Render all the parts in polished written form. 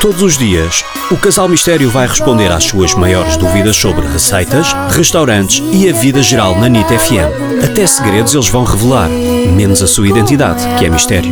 Todos os dias, o Casal Mistério vai responder às suas maiores dúvidas sobre receitas, restaurantes e a vida geral na NIT FM. Até segredos eles vão revelar, menos a sua identidade, que é mistério.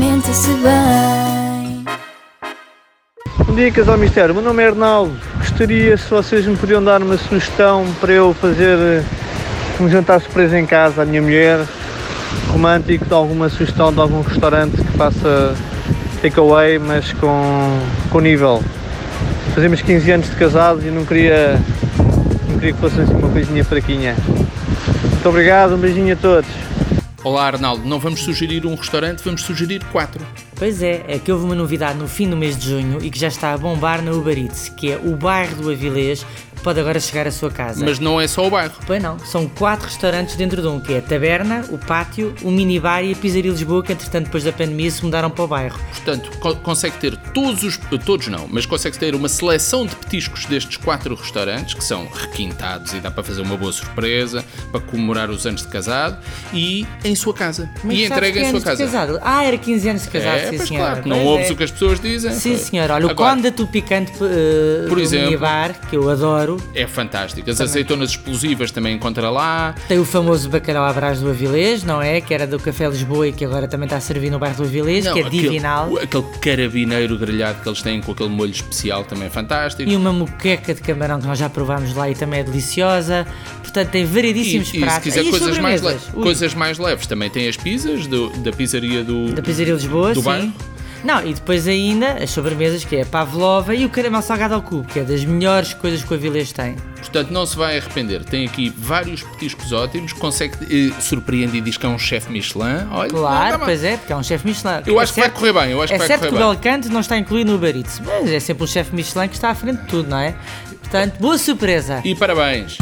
Bom dia, Casal Mistério. Meu nome é Arnaldo. Gostaria se vocês me podiam dar uma sugestão para eu fazer um jantar surpresa em casa à minha mulher, romântico, de alguma sugestão de algum restaurante que faça takeaway, mas com nível. Fazemos 15 anos de casados e não queria que fosse assim uma coisinha fraquinha. Muito obrigado, um beijinho a todos. Olá Arnaldo, não vamos sugerir um restaurante, vamos sugerir 4. Pois é que houve uma novidade no fim do mês de junho e que já está a bombar na Uber Eats, que é o bairro do Avilés, pode agora chegar à sua casa. Mas não é só o bairro. Pois não, são 4 restaurantes dentro de um, que é a Taberna, o Pátio, o Minibar e a Pizzaria Lisboa, que entretanto depois da pandemia se mudaram para o bairro. Portanto, consegue ter todos não, mas consegue ter uma seleção de petiscos destes 4 restaurantes, que são requintados e dá para fazer uma boa surpresa, para comemorar os anos de casado, e em sua casa. Mas e entrega em sua casa. Casado? Ah, era 15 anos de casado, sim pois senhora. Claro, não ouves o que as pessoas dizem. Sim senhora, olha, o Agora, Conde da Tu Picante por do exemplo, Minibar, que eu adoro. É fantástico. As azeitonas explosivas também encontra lá. Tem o famoso bacalhau à brás do Avilés, não é? Que era do Café Lisboa e que agora também está a servir no bairro do Avilés, que é divinal. Aquele carabineiro grelhado que eles têm com aquele molho especial também é fantástico. E uma moqueca de camarão que nós já provámos lá e também é deliciosa. Portanto, tem variedíssimos pratos. E se quiser coisas mais leves, também tem as pizzas da pizzaria da Pizzaria Lisboa, do sim. bairro. Não, e depois ainda as sobremesas, que é a pavlova e o caramelo salgado ao cubo, que é das melhores coisas que o Avilés tem. Portanto, não se vai arrepender. Tem aqui vários petiscos ótimos, surpreende e diz que é um chefe Michelin. Olha, claro, pois é, porque é um chefe Michelin. Eu acho que vai correr bem. É certo que o Belcanto não está incluído no Uber Eats, mas é sempre um chefe Michelin que está à frente de tudo, não é? Portanto, boa surpresa. E parabéns.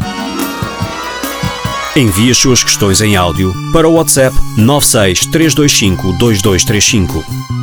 Envie as suas questões em áudio para o WhatsApp 96 325 2235.